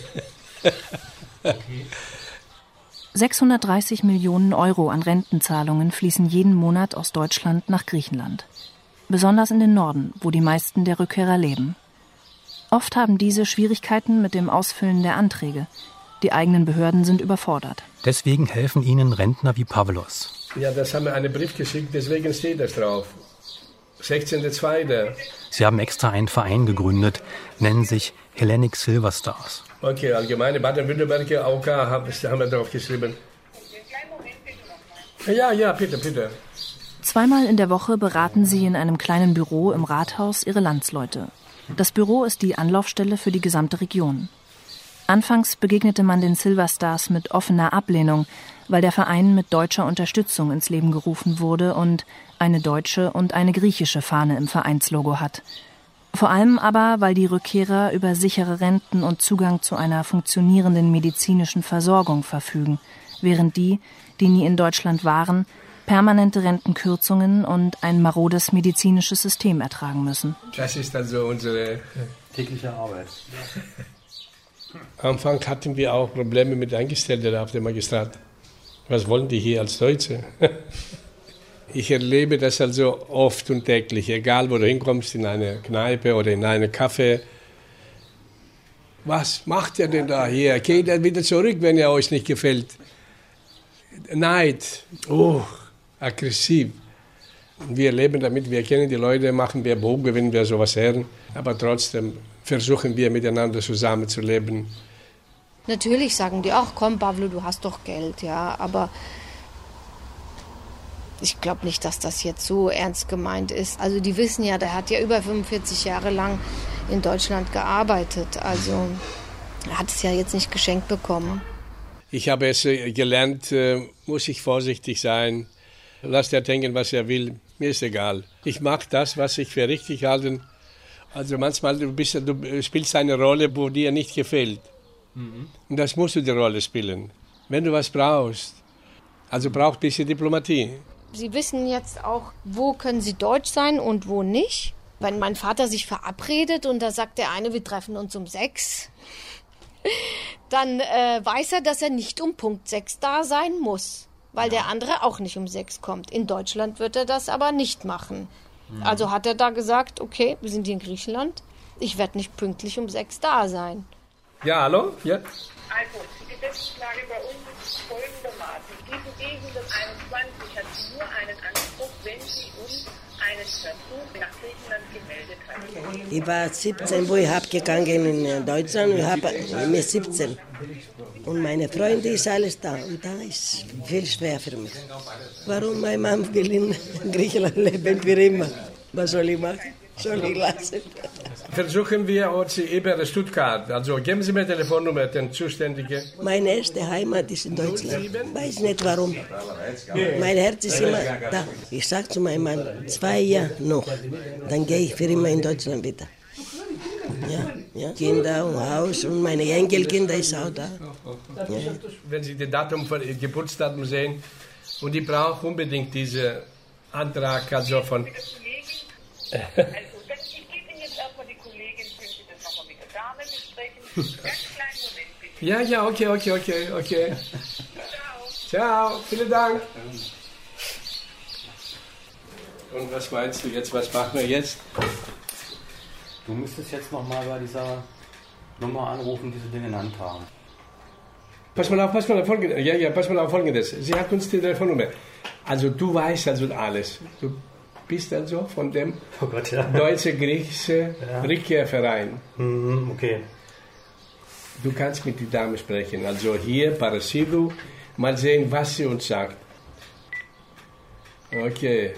sechshundertdreißig Millionen Euro an Rentenzahlungen fließen jeden Monat aus Deutschland nach Griechenland. Besonders in den Norden, wo die meisten der Rückkehrer leben. Oft haben diese Schwierigkeiten mit dem Ausfüllen der Anträge. Die eigenen Behörden sind überfordert. Deswegen helfen ihnen Rentner wie Pavlos. Ja, das haben wir einen Brief geschickt, deswegen steht das drauf. sechzehnten zweiten Sie haben extra einen Verein gegründet, nennen sich Hellenic Silverstars. Okay, allgemeine Baden-Württemberger A O K haben wir drauf geschrieben. Ja, ja, bitte, bitte. Zweimal in der Woche beraten sie in einem kleinen Büro im Rathaus ihre Landsleute. Das Büro ist die Anlaufstelle für die gesamte Region. Anfangs begegnete man den Silver-Stars mit offener Ablehnung, weil der Verein mit deutscher Unterstützung ins Leben gerufen wurde und eine deutsche und eine griechische Fahne im Vereinslogo hat. Vor allem aber, weil die Rückkehrer über sichere Renten und Zugang zu einer funktionierenden medizinischen Versorgung verfügen, während die, die nie in Deutschland waren, permanente Rentenkürzungen und ein marodes medizinisches System ertragen müssen. Das ist also unsere tägliche Arbeit. Am Anfang hatten wir auch Probleme mit Angestellten auf dem Magistrat. Was wollen die hier als Deutsche? Ich erlebe das also oft und täglich, egal wo du hinkommst, in eine Kneipe oder in einen Café. Was macht ihr denn da hier? Geht ihr wieder zurück, wenn ihr euch nicht gefällt? Neid, oh, aggressiv. Wir leben damit, wir kennen die Leute, machen wir Bogen, wenn wir sowas hören. Aber trotzdem versuchen wir miteinander zusammenzuleben. Natürlich sagen die auch, komm Pavlo, du hast doch Geld, ja, aber ich glaube nicht, dass das jetzt so ernst gemeint ist. Also die wissen ja, der hat ja über fünfundvierzig Jahre lang in Deutschland gearbeitet, also er hat es ja jetzt nicht geschenkt bekommen. Ich habe es gelernt, muss ich vorsichtig sein. Lass der denken, was er will, mir ist egal. Ich mache das, was ich für richtig halte. Also manchmal du bist, du spielst eine Rolle, wo dir nicht gefällt. Mhm. Und das musst du die Rolle spielen. Wenn du was brauchst, also braucht ein bisschen Diplomatie. Sie wissen jetzt auch, wo können Sie deutsch sein und wo nicht. Wenn mein Vater sich verabredet und da sagt der eine, wir treffen uns um sechs, dann äh, weiß er, dass er nicht um Punkt sechs da sein muss, weil der andere auch nicht um sechs kommt. In Deutschland wird er das aber nicht machen. Mhm. Also hat er da gesagt, okay, wir sind hier in Griechenland, ich werde nicht pünktlich um sechs da sein. Ja, hallo? Ja. Also, die Gesetzeslage bei uns ist folgendermaßen. Diese E hunderteinundzwanzig hat nur einen Anspruch, wenn sie uns einen Versuch nach Griechenland gemeldet hat. Ich war siebzehn, wo ich abgegangen in Deutschland. Ich habe mir siebzehn. Und meine Freunde ist alles da. Und da ist viel schwer für mich. Warum mein Mann will in Griechenland leben für immer? Was soll ich machen? Soll ich lassen? Versuchen wir uns über Stuttgart. Also geben Sie mir Telefonnummer, den Zuständigen. Meine erste Heimat ist in Deutschland. Ich weiß nicht warum. Mein Herz ist immer da. Ich sage zu meinem Mann, zwei Jahre noch, dann gehe ich für immer in Deutschland wieder. Ja, ja. Kinder und Haus und meine Enkelkinder ist auch da. Ja. Wenn Sie das Datum von Geburtsdatum sehen und ich brauche unbedingt diesen Antrag also von... Also, ich gebe Ihnen jetzt erstmal die Kollegin, können Sie das nochmal mit der Dame besprechen. Ganz kleinen Moment, bitte. Ja, ja, okay, okay, okay, okay. Ciao. Ciao, vielen Dank. Und was meinst du jetzt, was machen wir jetzt? Du müsstest jetzt nochmal bei dieser Nummer anrufen, die sie dir genannt haben. Pass mal auf, pass mal auf Folgendes. Ja, ja, pass mal auf Folgendes. Sie hat uns die Telefonnummer. Also du weißt also alles. Du bist also von dem oh Gott, ja. deutsche-griechischen ja. Rückkehrverein. Mhm, okay. Du kannst mit der Dame sprechen. Also hier, Parasidou, mal sehen, was sie uns sagt. Okay.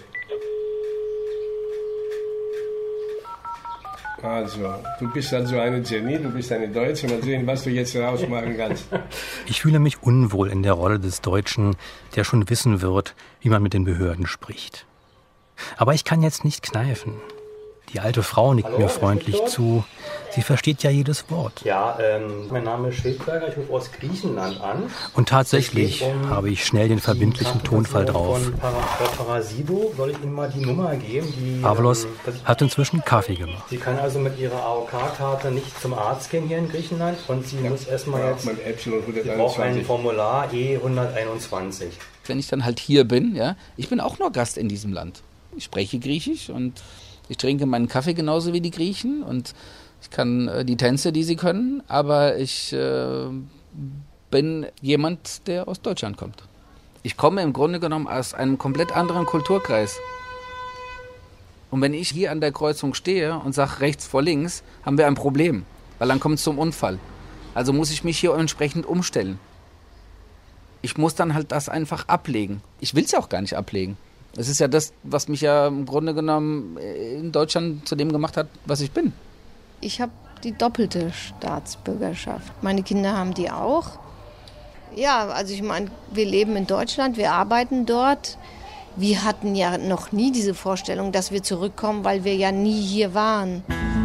Also, du bist also eine Genie, du bist eine Deutsche. Mal sehen, was du jetzt rausmachen kannst. Ich fühle mich unwohl in der Rolle des Deutschen, der schon wissen wird, wie man mit den Behörden spricht. Aber ich kann jetzt nicht kneifen. Die alte Frau nickt Hallo, mir freundlich zu. Sie versteht ja jedes Wort. Ja, ähm, mein Name ist Schildberger, ich rufe aus Griechenland an. Und tatsächlich um habe ich schnell den verbindlichen Tonfall drauf. Von Parasidou soll ich Ihnen mal die Nummer geben. Die, Pavlos ähm, hat inzwischen Kaffee gemacht. Sie kann also mit ihrer A O K-Karte nicht zum Arzt gehen hier in Griechenland. Und sie ja, muss erstmal jetzt, sie braucht ein Formular E hunderteinundzwanzig. Wenn ich dann halt hier bin, ja, ich bin auch nur Gast in diesem Land. Ich spreche Griechisch und ich trinke meinen Kaffee genauso wie die Griechen und ich kann äh, die Tänze, die sie können, aber ich äh, bin jemand, der aus Deutschland kommt. Ich komme im Grunde genommen aus einem komplett anderen Kulturkreis. Und wenn ich hier an der Kreuzung stehe und sage rechts vor links, haben wir ein Problem, weil dann kommt es zum Unfall. Also muss ich mich hier entsprechend umstellen. Ich muss dann halt das einfach ablegen. Ich will es ja auch gar nicht ablegen. Es ist ja das, was mich ja im Grunde genommen in Deutschland zu dem gemacht hat, was ich bin. Ich habe die doppelte Staatsbürgerschaft. Meine Kinder haben die auch. Ja, also ich meine, wir leben in Deutschland, wir arbeiten dort. Wir hatten ja noch nie diese Vorstellung, dass wir zurückkommen, weil wir ja nie hier waren.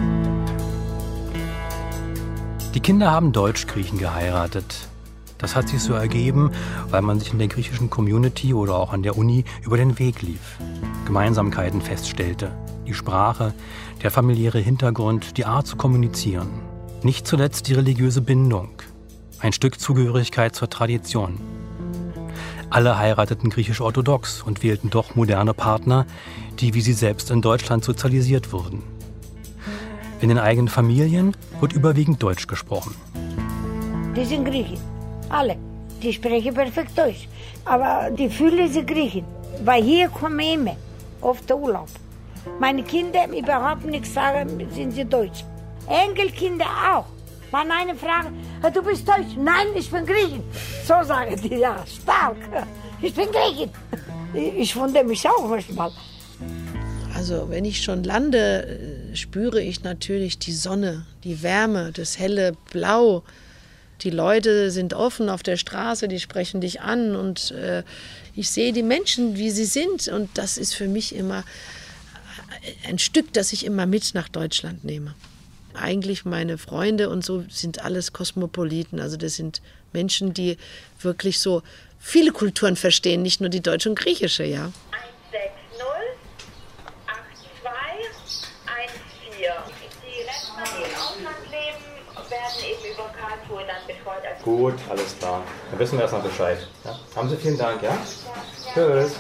Die Kinder haben Deutsch-Griechen geheiratet. Das hat sich so ergeben, weil man sich in der griechischen Community oder auch an der Uni über den Weg lief, Gemeinsamkeiten feststellte, die Sprache, der familiäre Hintergrund, die Art zu kommunizieren. Nicht zuletzt die religiöse Bindung, ein Stück Zugehörigkeit zur Tradition. Alle heirateten griechisch-orthodox und wählten doch moderne Partner, die wie sie selbst in Deutschland sozialisiert wurden. In den eigenen Familien wird überwiegend Deutsch gesprochen. Die sind Griechen, alle. Die sprechen perfekt Deutsch. Aber die fühlen sich Griechen. Weil hier kommen immer auf den Urlaub. Meine Kinder überhaupt nichts sagen, sind sie Deutsch. Enkelkinder auch. Wenn eine fragt, du bist Deutsch? Nein, ich bin Griechen. So sagen die, ja, stark. Ich bin Griechen. Ich wundere mich auch manchmal. Also wenn ich schon lande, spüre ich natürlich die Sonne, die Wärme, das helle Blau. Die Leute sind offen auf der Straße, die sprechen dich an und äh, ich sehe die Menschen, wie sie sind. Und das ist für mich immer ein Stück, das ich immer mit nach Deutschland nehme. Eigentlich meine Freunde und so sind alles Kosmopoliten. Also das sind Menschen, die wirklich so viele Kulturen verstehen, nicht nur die deutsche und griechische, ja. eins sechs null acht zwei eins vier. Die Rentner, die im Ausland leben, werden eben über Karlsruhe dann betreut. Als Gut, alles klar. Dann wissen wir erstmal Bescheid. Ja? Haben Sie vielen Dank, ja? Ja. Tschüss.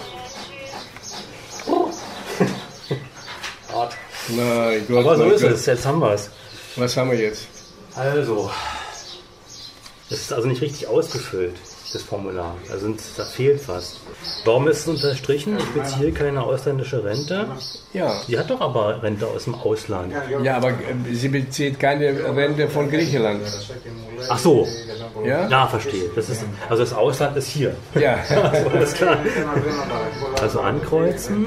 Hart. Nein, Gott, aber so ist Gott. es, jetzt haben wir es. Was haben wir jetzt? Also, das ist also nicht richtig ausgefüllt, das Formular. Also da fehlt was. Warum ist es unterstrichen? Ich beziehe keine ausländische Rente. Ja. Sie hat doch aber Rente aus dem Ausland. Ja, aber sie bezieht keine Rente von Griechenland. Ach so. Ja? Ja, verstehe. Das ist, also das Ausland ist hier. Ja. Also, alles klar. Also ankreuzen.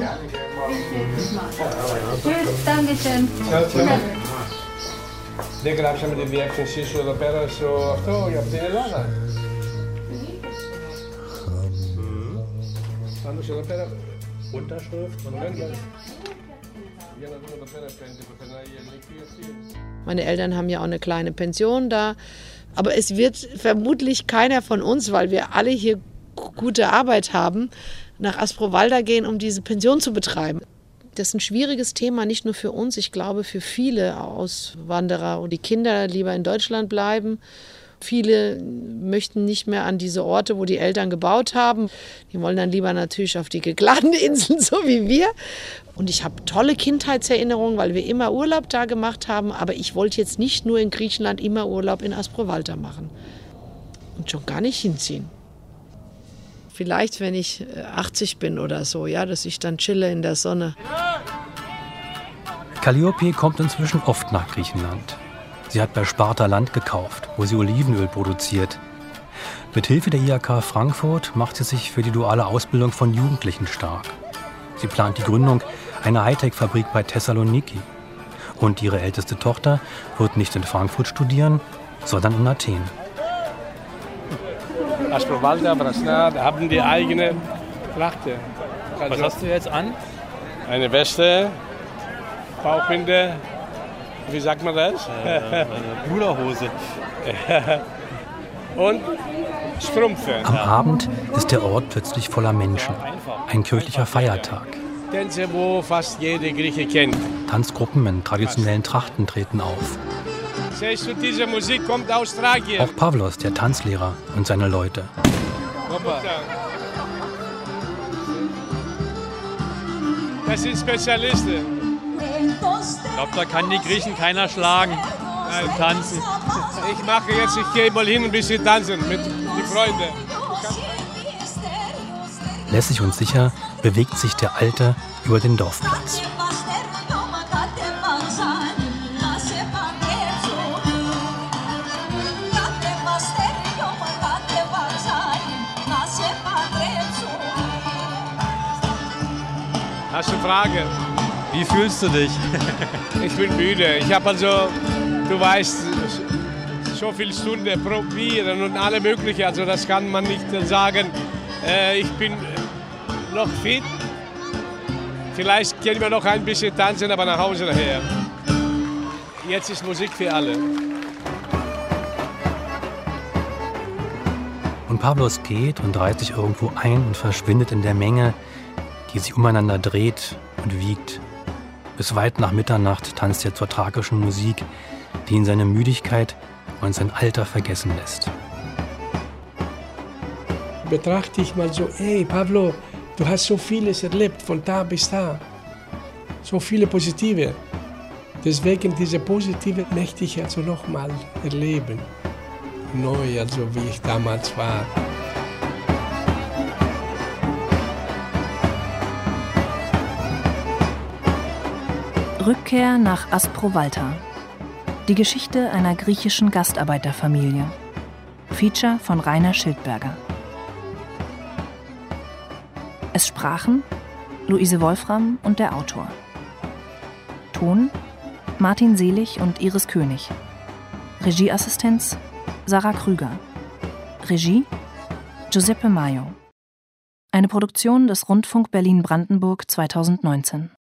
Tschüss, Dankeschön. Δεν γράψαμε τη διεύθυνσή σου εδώ πέρα στο αυτό για την Ελλάδα. Πάντως εδώ πέρα. Unterschrift und Για να δούμε εδώ πέρα πέντε που περνάει η ελληνική αυτή. Meine Eltern haben ja auch eine kleine Pension da. Aber es wird vermutlich keiner von uns, weil wir alle hier gute Arbeit haben, nach Asproválda gehen, um diese Pension zu betreiben. Das ist ein schwieriges Thema, nicht nur für uns, ich glaube für viele Auswanderer und die Kinder lieber in Deutschland bleiben. Viele möchten nicht mehr an diese Orte, wo die Eltern gebaut haben. Die wollen dann lieber natürlich auf die gegladenen Inseln, so wie wir. Und ich habe tolle Kindheitserinnerungen, weil wir immer Urlaub da gemacht haben. Aber ich wollte jetzt nicht nur in Griechenland immer Urlaub in Asproválda machen. Und schon gar nicht hinziehen. Vielleicht, wenn ich achtzig bin oder so, ja, dass ich dann chille in der Sonne. Calliope kommt inzwischen oft nach Griechenland. Sie hat bei Sparta Land gekauft, wo sie Olivenöl produziert. Mit Hilfe der I H K Frankfurt macht sie sich für die duale Ausbildung von Jugendlichen stark. Sie plant die Gründung einer Hightech-Fabrik bei Thessaloniki. Und ihre älteste Tochter wird nicht in Frankfurt studieren, sondern in Athen. Asproválda, Brasna, haben die eigene Tracht. Was hast du jetzt an? Eine Weste, Bauchbinde, wie sagt man das? Äh, eine Puderhose. Und Strümpfe. Am Abend ist der Ort plötzlich voller Menschen. Ein kirchlicher Feiertag. Tänze, wo fast jede Grieche kennt. Tanzgruppen in traditionellen Trachten treten auf. Siehst du, diese Musik kommt aus Thrakien. Auch Pavlos, der Tanzlehrer, und seine Leute. Opa. Das sind Spezialisten. Ich glaube, da kann die Griechen keiner schlagen. Nein, tanzen. Ich mache jetzt, ich gehe mal hin ein bisschen tanzen mit den Freunden. Lässig und sicher bewegt sich der Alte über den Dorfplatz. Hast du eine Frage? Wie fühlst du dich? Ich bin müde. Ich habe also, du weißt, so viele Stunden probieren und alle möglichen. Also das kann man nicht sagen. Äh, ich bin noch fit. Vielleicht können wir noch ein bisschen tanzen, aber nach Hause nachher. Jetzt ist Musik für alle. Und Pavlos geht und reiht sich irgendwo ein und verschwindet in der Menge, die sich umeinander dreht und wiegt. Bis weit nach Mitternacht tanzt er zur tragischen Musik, die ihn seine Müdigkeit und sein Alter vergessen lässt. Betrachte ich mal so, hey Pavlo, du hast so vieles erlebt, von da bis da. So viele Positive. Deswegen diese Positive möchte ich also noch mal erleben. Neu, also wie ich damals war. Rückkehr nach Aspro-Valta. Die Geschichte einer griechischen Gastarbeiterfamilie. Feature von Rainer Schildberger. Es sprachen Luise Wolfram und der Autor. Ton Martin Selig und Iris König. Regieassistenz Sarah Krüger. Regie Giuseppe Maio. Eine Produktion des Rundfunk Berlin-Brandenburg zweitausendneunzehn.